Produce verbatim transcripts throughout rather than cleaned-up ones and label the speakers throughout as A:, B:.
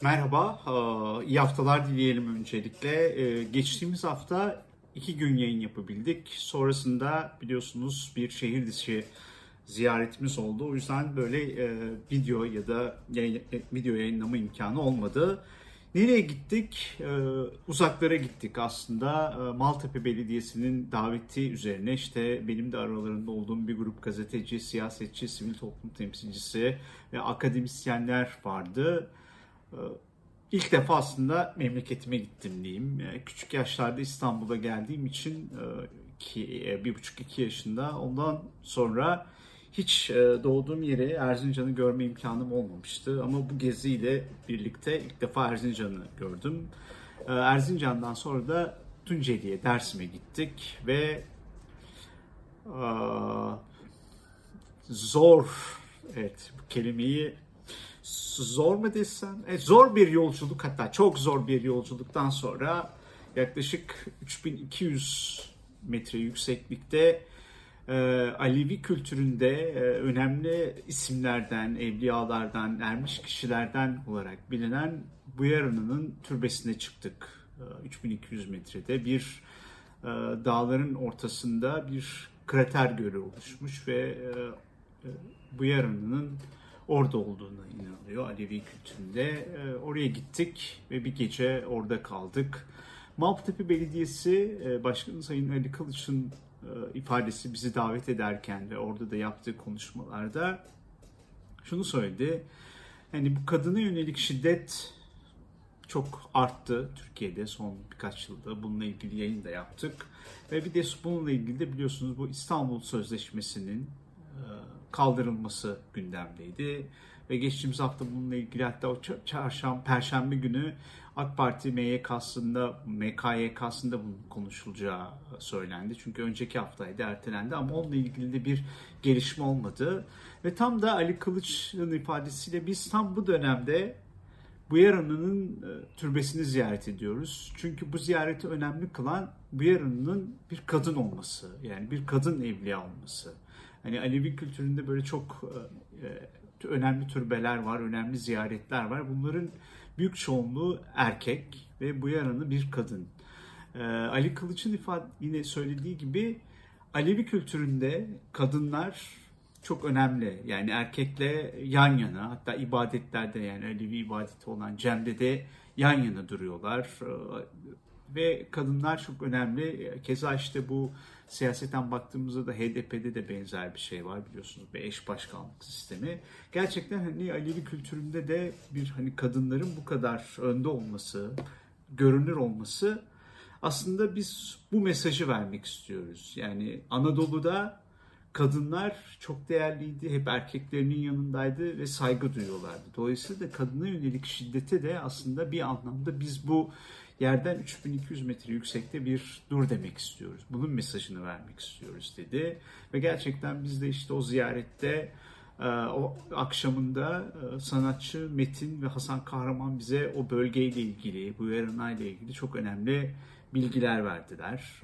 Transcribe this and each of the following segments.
A: Merhaba, eee, iyi haftalar dileyelim öncelikle. Eee, Geçtiğimiz hafta iki gün yayın yapabildik. Sonrasında biliyorsunuz bir şehir dışı ziyaretimiz oldu. O yüzden böyle eee, video ya da yayın- e, video yayınlama imkanı olmadı. Nereye gittik? Eee, Uzaklara gittik aslında. Eee, Maltepe Belediyesi'nin daveti üzerine işte benim de aralarında olduğum bir grup gazeteci, siyasetçi, sivil toplum temsilcisi ve akademisyenler vardı. İlk defa aslında memleketime gittim diyeyim. Küçük yaşlarda İstanbul'a geldiğim için ki bir buçuk iki yaşında ondan sonra hiç doğduğum yeri Erzincan'ı görme imkanım olmamıştı. Ama bu geziyle birlikte ilk defa Erzincan'ı gördüm. Erzincan'dan sonra da Tunceli'ye, Dersim'e gittik ve zor, evet bu kelimeyi zor mu desem? E, zor bir yolculuk, hatta çok zor bir yolculuktan sonra yaklaşık üç bin iki yüz metre yükseklikte e, Alevi kültüründe e, önemli isimlerden, evliyalardan, ermiş kişilerden olarak bilinen Buyarını'nın türbesine çıktık. E, üç bin iki yüz metrede bir e, dağların ortasında bir krater gölü oluşmuş ve e, e, Buyarını'nın orada olduğuna inanılıyor Alevi kültüründe. E, oraya gittik ve bir gece orada kaldık. Maltepe Belediyesi e, Başkanı Sayın Ali Kılıç'ın e, ifadesi bizi davet ederken ve orada da yaptığı konuşmalarda şunu söyledi. Hani bu kadına yönelik şiddet çok arttı Türkiye'de son birkaç yılda. Bununla ilgili yayın da yaptık. Ve bir de bununla ilgili de biliyorsunuz bu İstanbul Sözleşmesi'nin kaldırılması gündemdeydi. Ve geçtiğimiz hafta bununla ilgili hatta o çarşamba, perşembe günü AK Parti M Y K'sında, M K Y K'sında bunun konuşulacağı söylendi. Çünkü önceki haftaydı, ertelendi ama onunla ilgili de bir gelişme olmadı. Ve tam da Ali Kılıç'ın ifadesiyle biz tam bu dönemde Buyarını'nın türbesini ziyaret ediyoruz. Çünkü bu ziyareti önemli kılan Buyarını'nın bir kadın olması, yani bir kadın evliya olması. Hani Alevi kültüründe böyle çok e, önemli türbeler var, önemli ziyaretler var. Bunların büyük çoğunluğu erkek ve Buyarını bir kadın. E, Ali Kılıç'ın ifade yine söylediği gibi Alevi kültüründe kadınlar çok önemli. Yani erkekle yan yana, hatta ibadetlerde, yani Alevi ibadeti olan cemde de yan yana duruyorlar. Ve kadınlar çok önemli. Keza işte bu siyaseten baktığımızda da H D P'de de benzer bir şey var biliyorsunuz. Bir eş başkanlık sistemi. Gerçekten hani Alevi kültüründe de bir hani kadınların bu kadar önde olması, görünür olması, aslında biz bu mesajı vermek istiyoruz. Yani Anadolu'da kadınlar çok değerliydi, hep erkeklerinin yanındaydı ve saygı duyuyorlardı. Dolayısıyla da kadına yönelik şiddete de aslında bir anlamda biz bu yerden üç bin iki yüz metre yüksekte bir dur demek istiyoruz. Bunun mesajını vermek istiyoruz dedi. Ve gerçekten biz de işte o ziyarette o akşamında sanatçı Metin ve Hasan Kahraman bize o bölgeyle ilgili, bu yarınayla ilgili çok önemli bilgiler verdiler.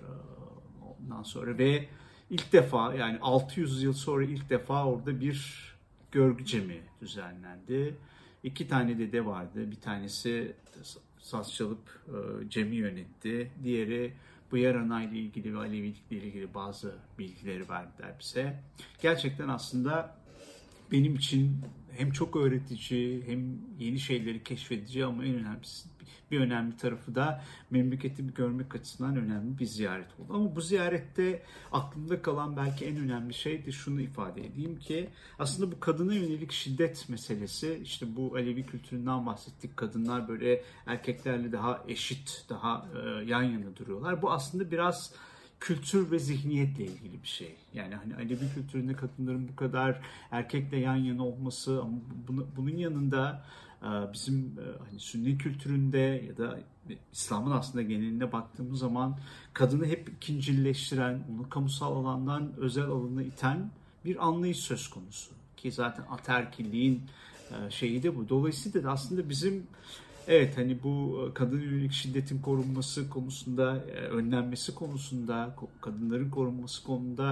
A: Ondan sonra ve ilk defa, yani altı yüz yıl sonra ilk defa orada bir görgü cemi düzenlendi. İki tane dede vardı. Bir tanesi saz çalıp cemi yönetti. Diğeri bu yarana ile ilgili ve Alevilikle ilgili bazı bilgileri verdiler bize. Gerçekten aslında benim için hem çok öğretici hem yeni şeyleri keşfedici ama en önemlisi, bir önemli tarafı da memleketimi görmek açısından önemli bir ziyaret oldu. Ama bu ziyarette aklımda kalan belki en önemli şey de şunu ifade edeyim ki aslında bu kadına yönelik şiddet meselesi, işte bu Alevi kültüründen bahsettik. Kadınlar böyle erkeklerle daha eşit, daha yan yana duruyorlar. Bu aslında biraz kültür ve zihniyetle ilgili bir şey. Yani hani Alevi kültüründe kadınların bu kadar erkekle yan yana olması, ama bunun yanında bizim hani Sünni kültüründe ya da İslam'ın aslında geneline baktığımız zaman kadını hep ikincileştiren, onu kamusal alandan özel alana iten bir anlayış söz konusu. Ki zaten ataerkilliğin şeyi de bu. Dolayısıyla da aslında bizim evet hani bu kadın yönelik şiddetin korunması konusunda, önlenmesi konusunda, kadınların korunması konusunda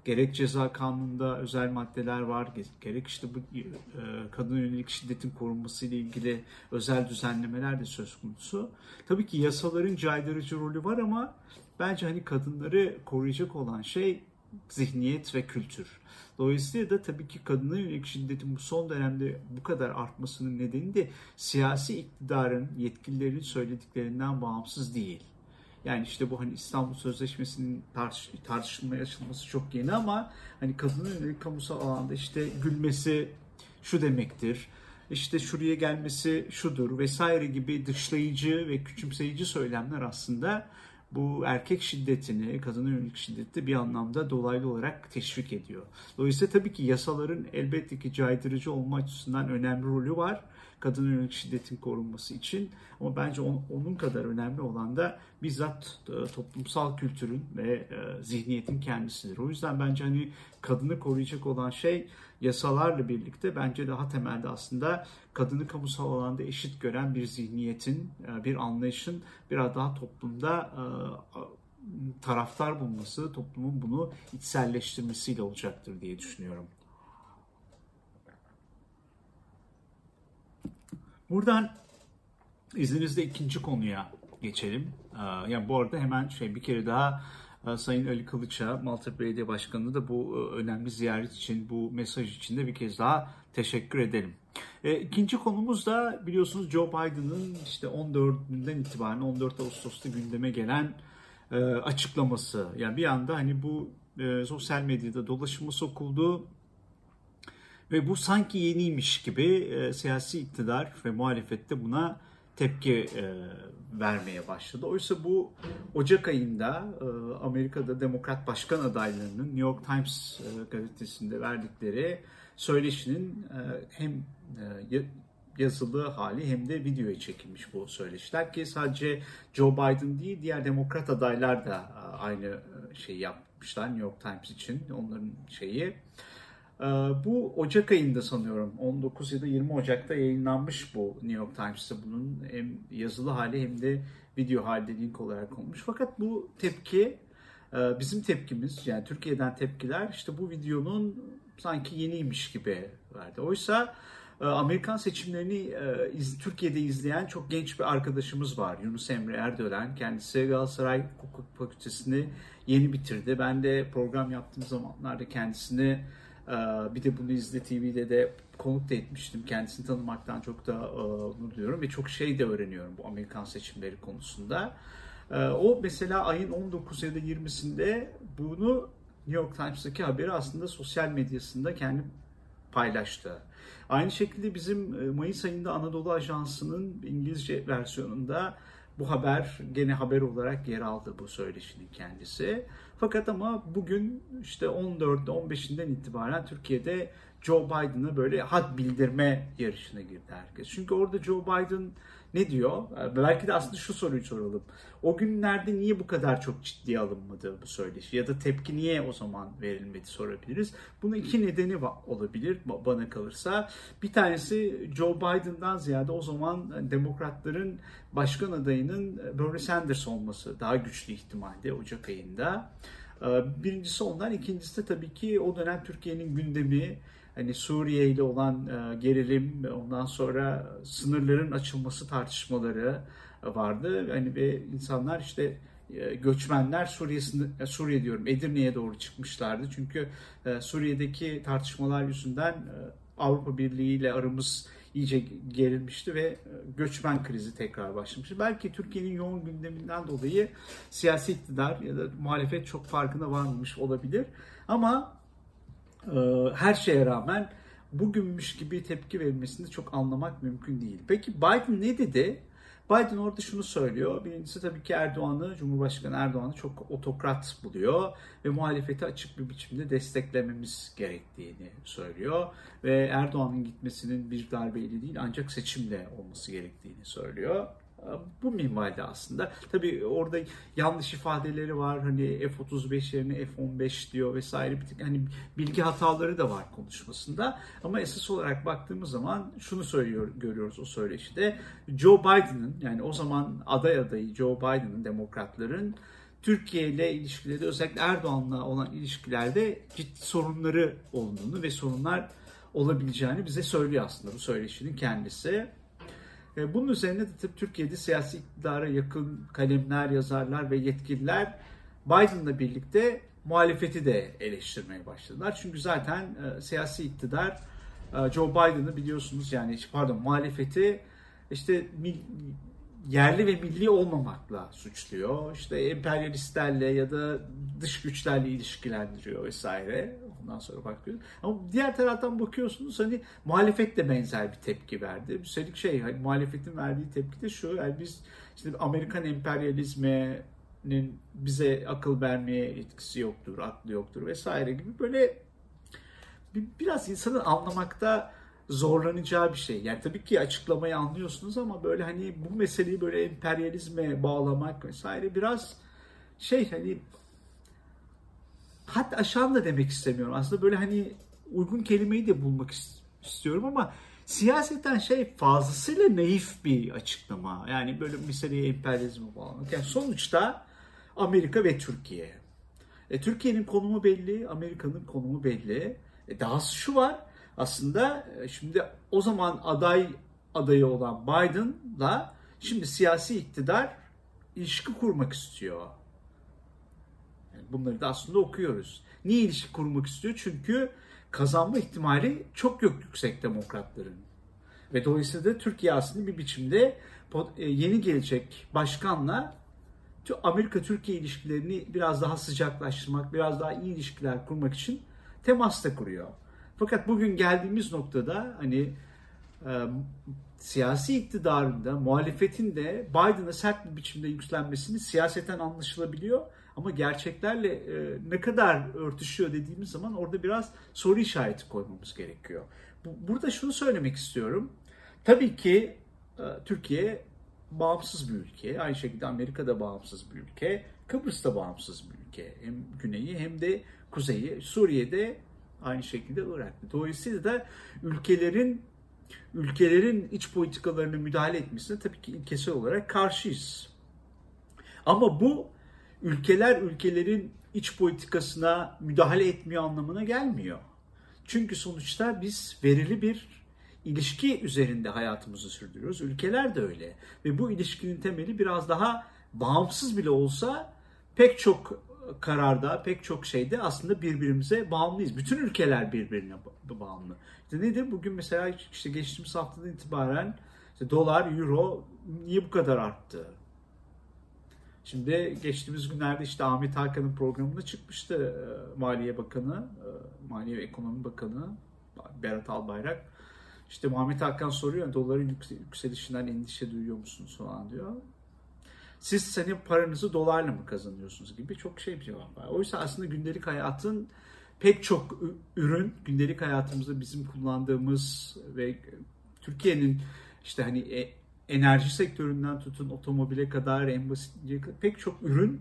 A: Gerek ceza kanununda özel maddeler var, gerek işte bu e, kadına yönelik şiddetin korunması ile ilgili özel düzenlemeler de söz konusu. Tabii ki yasaların caydırıcı rolü var ama bence hani kadınları koruyacak olan şey zihniyet ve kültür. Dolayısıyla da tabii ki kadına yönelik şiddetin bu son dönemde bu kadar artmasının nedeni de siyasi iktidarın, yetkililerin söylediklerinden bağımsız değil. Yani işte bu hani İstanbul Sözleşmesi'nin tartış tartışılmaya açılması çok yeni ama hani kadına yönelik kamusal alanda işte gülmesi şu demektir, işte şuraya gelmesi şudur vesaire gibi dışlayıcı ve küçümseyici söylemler aslında bu erkek şiddetini, kadına yönelik şiddeti bir anlamda dolaylı olarak teşvik ediyor. Dolayısıyla tabii ki yasaların elbette ki caydırıcı olma açısından önemli rolü var kadına yönelik şiddetin korunması için. Ama bence on, onun kadar önemli olan da bizzat e, toplumsal kültürün ve e, zihniyetin kendisidir. O yüzden bence hani kadını koruyacak olan şey yasalarla birlikte bence daha temelde aslında kadını kamusal alanda eşit gören bir zihniyetin, e, bir anlayışın biraz daha toplumda e, taraftar bulması, toplumun bunu içselleştirmesiyle olacaktır diye düşünüyorum. Buradan izninizle ikinci konuya geçelim. Yani bu arada hemen şey bir kere daha Sayın Ali Kılıç'a, Maltepe Belediye Başkanı'na da bu önemli ziyaret için, bu mesaj için de bir kez daha teşekkür edelim. İkinci konumuz da biliyorsunuz Joe Biden'ın işte on dördünden itibaren on dört Ağustos'ta gündeme gelen açıklaması. Yani bir anda hani bu sosyal medyada dolaşıma sokuldu. Ve bu sanki yeniymiş gibi e, siyasi iktidar ve muhalefette buna tepki e, vermeye başladı. Oysa bu Ocak ayında e, Amerika'da Demokrat başkan adaylarının New York Times e, gazetesinde verdikleri söyleşinin e, hem e, yazılı hali hem de videoya çekilmiş bu söyleşiler ki sadece Joe Biden değil diğer Demokrat adaylar da e, aynı şeyi yapmışlar New York Times için onların şeyi. Bu Ocak ayında sanıyorum on dokuz ya da yirmi Ocak'ta yayınlanmış bu New York Times'ta bunun hem yazılı hali hem de video halde link olarak konmuş. Fakat bu tepki bizim tepkimiz yani Türkiye'den tepkiler işte bu videonun sanki yeniymiş gibi verdi. Oysa Amerikan seçimlerini Türkiye'de izleyen çok genç bir arkadaşımız var. Yunus Emre Erdoğan. Kendisi Galatasaray Hukuk Fakültesini yeni bitirdi. Ben de program yaptığım zamanlarda kendisini bir de bunu İzle T V'de de konuk da etmiştim. Kendisini tanımaktan çok da onur duyuyorum ve çok şey de öğreniyorum bu Amerikan seçimleri konusunda. O mesela ayın on dokuz ya da yirmisinde bunu New York Times'taki haberi aslında sosyal medyasında kendi paylaştı. Aynı şekilde bizim Mayıs ayında Anadolu Ajansı'nın İngilizce versiyonunda bu haber gene haber olarak yer aldı bu söyleşinin kendisi. Fakat ama bugün işte on dördü on beşinden itibaren Türkiye'de Joe Biden'a böyle had bildirme yarışına girdi herkes. Çünkü orada Joe Biden ne diyor? Belki de aslında şu soruyu soralım. O günlerde niye bu kadar çok ciddiye alınmadı bu söyleşi? Ya da tepki niye o zaman verilmedi sorabiliriz. Bunun iki nedeni olabilir bana kalırsa. Bir tanesi Joe Biden'dan ziyade o zaman demokratların başkan adayının Bernie Sanders olması daha güçlü ihtimalde Ocak ayında. Birincisi ondan, ikincisi de tabii ki o dönem Türkiye'nin gündemi, hani Suriye ile olan gerilim, ondan sonra sınırların açılması tartışmaları vardı. Hani ve insanlar işte göçmenler Suriye Suriye diyorum Edirne'ye doğru çıkmışlardı. Çünkü Suriye'deki tartışmalar yüzünden Avrupa Birliği ile aramız iyice gerilmişti ve göçmen krizi tekrar başlamıştı. Belki Türkiye'nin yoğun gündeminden dolayı siyasi iktidar ya da muhalefet çok farkına varmamış olabilir. Ama e, her şeye rağmen bugünmüş gibi tepki verilmesini çok anlamak mümkün değil. Peki Biden ne dedi? Biden orada şunu söylüyor. Birincisi tabii ki Erdoğan'ı, Cumhurbaşkanı Erdoğan'ı çok otokrat buluyor ve muhalefeti açık bir biçimde desteklememiz gerektiğini söylüyor. Ve Erdoğan'ın gitmesinin bir darbeyle değil ancak seçimle olması gerektiğini söylüyor. Bu minvalde aslında. Tabii orada yanlış ifadeleri var. Hani F otuz beş yerine F on beş diyor vesaire. Bir tık hani bilgi hataları da var konuşmasında. Ama esas olarak baktığımız zaman şunu söylüyor, görüyoruz o söyleşide. Joe Biden'ın yani o zaman aday adayı Joe Biden'ın demokratların Türkiye ile ilişkileri, özellikle Erdoğan'la olan ilişkilerde ciddi sorunları olduğunu ve sorunlar olabileceğini bize söylüyor aslında bu söyleşinin kendisi. Bunun üzerine de tabii Türkiye'de siyasi iktidara yakın kalemler, yazarlar ve yetkililer Biden'la birlikte muhalefeti de eleştirmeye başladılar. Çünkü zaten e, siyasi iktidar e, Joe Biden'ı biliyorsunuz, yani pardon muhalefeti işte mil, yerli ve milli olmamakla suçluyor. İşte emperyalistlerle ya da dış güçlerle ilişkilendiriyor vesaire. Ondan sonra bakıyoruz. Ama diğer taraftan bakıyorsunuz hani muhalefet de benzer bir tepki verdi. Üstelik şey hani muhalefetin verdiği tepki de şu, yani biz işte Amerikan emperyalizminin bize akıl vermeye etkisi yoktur, aklı yoktur vesaire gibi böyle biraz insanın anlamakta zorlanacağı bir şey. Yani tabii ki açıklamayı anlıyorsunuz ama böyle hani bu meseleyi böyle emperyalizme bağlamak vesaire biraz şey hani hatta aşağıda da demek istemiyorum. Aslında böyle hani uygun kelimeyi de bulmak istiyorum ama siyaseten şey fazlasıyla naif bir açıklama. Yani böyle meseleye emperyalizme bağlamak. Yani sonuçta Amerika ve Türkiye. E, Türkiye'nin konumu belli, Amerika'nın konumu belli. E, dahası şu var. Aslında şimdi o zaman aday adayı olan Biden'la şimdi siyasi iktidar ilişki kurmak istiyor. Yani bunları da aslında okuyoruz. Niye ilişki kurmak istiyor? Çünkü kazanma ihtimali çok yok yüksek demokratların. Ve dolayısıyla da Türkiye aslında bir biçimde yeni gelecek başkanla Amerika-Türkiye ilişkilerini biraz daha sıcaklaştırmak, biraz daha iyi ilişkiler kurmak için temas da kuruyor. Fakat bugün geldiğimiz noktada hani e, siyasi iktidarında, muhalefetin de Biden'a sert bir biçimde yüklenmesini siyaseten anlaşılabiliyor. Ama gerçeklerle e, ne kadar örtüşüyor dediğimiz zaman orada biraz soru işareti koymamız gerekiyor. Bu, burada şunu söylemek istiyorum. Tabii ki e, Türkiye bağımsız bir ülke. Aynı şekilde Amerika da bağımsız bir ülke. Kıbrıs da bağımsız bir ülke. Hem güneyi hem de kuzeyi. Suriye'de aynı şekilde Irak'ta. Dolayısıyla da ülkelerin ülkelerin iç politikalarına müdahale etmesine tabii ki ilkesel olarak karşıyız. Ama bu ülkeler ülkelerin iç politikasına müdahale etmiyor anlamına gelmiyor. Çünkü sonuçta biz verili bir ilişki üzerinde hayatımızı sürdürüyoruz. Ülkeler de öyle. Ve bu ilişkinin temeli biraz daha bağımsız bile olsa pek çok kararda, pek çok şeyde aslında birbirimize bağımlıyız. Bütün ülkeler birbirine bağımlı. İşte nedir? Bugün mesela işte geçtiğimiz haftadan itibaren işte dolar, euro niye bu kadar arttı? Şimdi geçtiğimiz günlerde işte Ahmet Hakan'ın programında çıkmıştı Maliye Bakanı, Maliye ve Ekonomi Bakanı Berat Albayrak. İşte Muhammed Hakan soruyor, doların yükselişinden endişe duyuyor musunuz falan diyor. Siz senin paranızı dolarla mı kazanıyorsunuz gibi çok şey bir cevap var. Oysa aslında gündelik hayatın pek çok ürün, gündelik hayatımızda bizim kullandığımız ve Türkiye'nin işte hani enerji sektöründen tutun otomobile kadar en basit pek çok ürün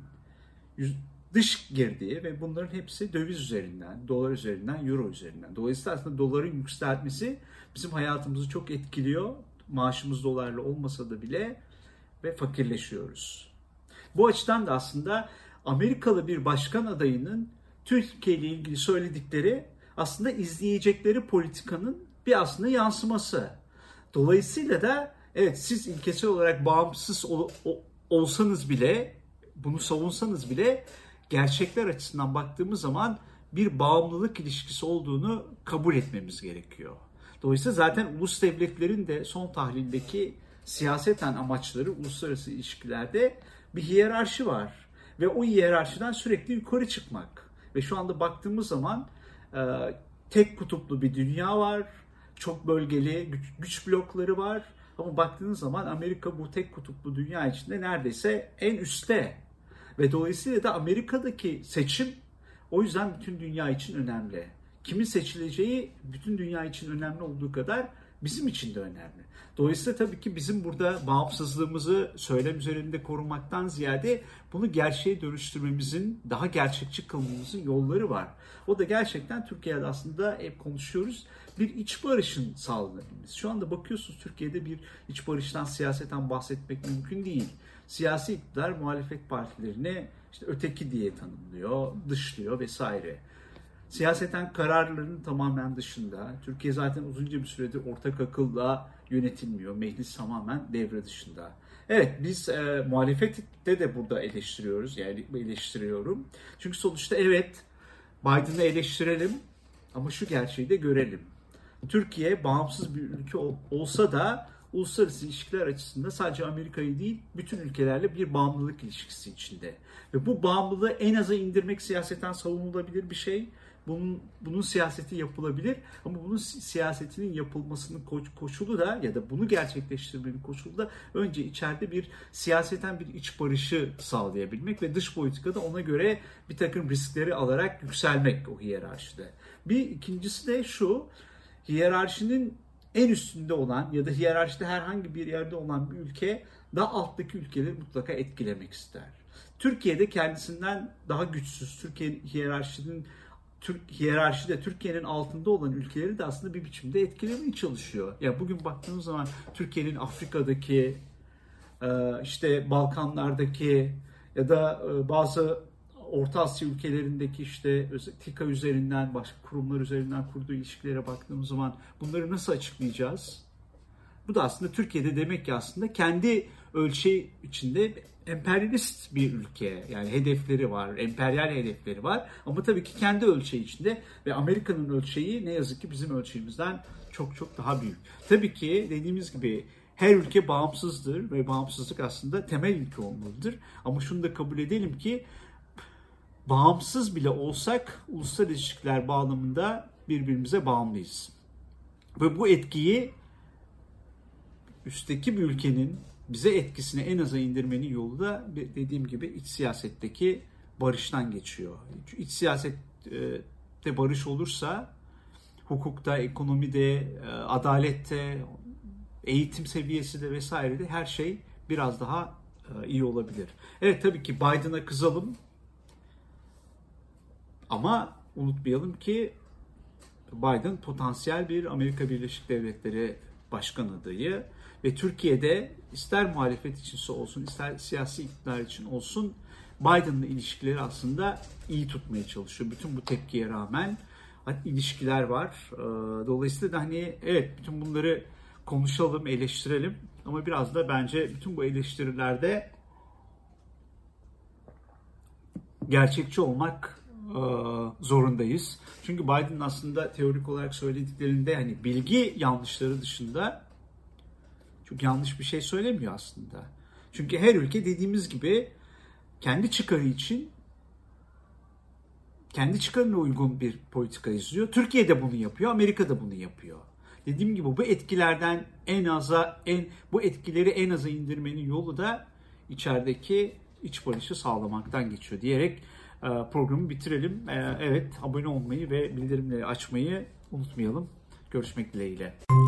A: dış girdiği ve bunların hepsi döviz üzerinden, dolar üzerinden, euro üzerinden. Dolayısıyla aslında doların yükselmesi bizim hayatımızı çok etkiliyor. Maaşımız dolarla olmasa da bile ve fakirleşiyoruz. Bu açıdan da aslında Amerikalı bir başkan adayının Türkiye ile ilgili söyledikleri aslında izleyecekleri politikanın bir aslında yansıması. Dolayısıyla da evet siz ilkesel olarak bağımsız ol, ol, olsanız bile, bunu savunsanız bile gerçekler açısından baktığımız zaman bir bağımlılık ilişkisi olduğunu kabul etmemiz gerekiyor. Dolayısıyla zaten ulus devletlerin de son tahlildeki siyaseten amaçları uluslararası ilişkilerde bir hiyerarşi var. Ve o hiyerarşiden sürekli yukarı çıkmak. Ve şu anda baktığımız zaman e, tek kutuplu bir dünya var. Çok bölgeli güç, güç blokları var. Ama baktığınız zaman Amerika bu tek kutuplu dünya içinde neredeyse en üstte. Ve dolayısıyla da Amerika'daki seçim o yüzden bütün dünya için önemli. Kimin seçileceği bütün dünya için önemli olduğu kadar bizim için de önemli. Dolayısıyla tabii ki bizim burada bağımsızlığımızı söylem üzerinde korumaktan ziyade bunu gerçeğe dönüştürmemizin, daha gerçekçi kılmamızın yolları var. O da gerçekten Türkiye'de aslında hep konuşuyoruz, bir iç barışın sağlanabilmesi. Şu anda bakıyorsunuz Türkiye'de bir iç barıştan siyaseten bahsetmek mümkün değil. Siyasi iktidar muhalefet partilerine işte öteki diye tanımlıyor, dışlıyor vesaire. Siyaseten kararlarının tamamen dışında. Türkiye zaten uzunca bir süredir ortak akılla yönetilmiyor. Meclis tamamen devre dışında. Evet, biz e, muhalefette de burada eleştiriyoruz. Yani eleştiriyorum. Çünkü sonuçta evet, Biden'ı eleştirelim ama şu gerçeği de görelim. Türkiye bağımsız bir ülke olsa da uluslararası ilişkiler açısından sadece Amerika'yı değil, bütün ülkelerle bir bağımlılık ilişkisi içinde. Ve bu bağımlılığı en aza indirmek siyaseten savunulabilir bir şey. Bunun, bunun siyaseti yapılabilir ama bunun siyasetinin yapılmasının koşulu da ya da bunu gerçekleştirmenin koşulu da önce içeride bir siyaseten bir iç barışı sağlayabilmek ve dış politikada ona göre bir takım riskleri alarak yükselmek o hiyerarşide. Bir ikincisi de şu, hiyerarşinin en üstünde olan ya da hiyerarşide herhangi bir yerde olan bir ülke daha alttaki ülkeleri mutlaka etkilemek ister. Türkiye'de kendisinden daha güçsüz, Türkiye'nin hiyerarşinin Türk hiyerarşide Türkiye'nin altında olan ülkeleri de aslında bir biçimde etkilemeye çalışıyor. Ya bugün baktığımız zaman Türkiye'nin Afrika'daki, işte Balkanlardaki ya da bazı Orta Asya ülkelerindeki işte TİKA üzerinden, başka kurumlar üzerinden kurduğu ilişkilere baktığımız zaman bunları nasıl açıklayacağız? Bu da aslında Türkiye'de demek ki aslında kendi ölçeği içinde emperyalist bir ülke. Yani hedefleri var, emperyal hedefleri var. Ama tabii ki kendi ölçeği içinde ve Amerika'nın ölçeği ne yazık ki bizim ölçeğimizden çok çok daha büyük. Tabii ki dediğimiz gibi her ülke bağımsızdır ve bağımsızlık aslında temel ilke olmalıdır. Ama şunu da kabul edelim ki bağımsız bile olsak uluslararası ilişkiler bağlamında birbirimize bağımlıyız. Ve bu etkiyi üstteki bir ülkenin bize etkisini en aza indirmenin yolu da dediğim gibi iç siyasetteki barıştan geçiyor. İç siyasette barış olursa hukukta, ekonomide, adalette, eğitim seviyesi de vesaire de her şey biraz daha iyi olabilir. Evet, tabii ki Biden'a kızalım ama unutmayalım ki Biden potansiyel bir Amerika Birleşik Devletleri başkan adayı ve Türkiye'de ister muhalefet için olsun ister siyasi iktidar için olsun Biden'la ilişkileri aslında iyi tutmaya çalışıyor. Bütün bu tepkiye rağmen ilişkiler var. Dolayısıyla da hani evet, bütün bunları konuşalım, eleştirelim ama biraz da bence bütün bu eleştirilerde gerçekçi olmak zorundayız. Çünkü Biden'ın aslında teorik olarak söylediklerinde hani bilgi yanlışları dışında çok yanlış bir şey söylemiyor aslında. Çünkü her ülke dediğimiz gibi kendi çıkarı için kendi çıkarına uygun bir politika izliyor. Türkiye de bunu yapıyor, Amerika da bunu yapıyor. Dediğim gibi bu etkilerden en aza en bu etkileri en aza indirmenin yolu da içerideki iç barışı sağlamaktan geçiyor diyerek programı bitirelim. Evet, abone olmayı ve bildirimleri açmayı unutmayalım. Görüşmek dileğiyle.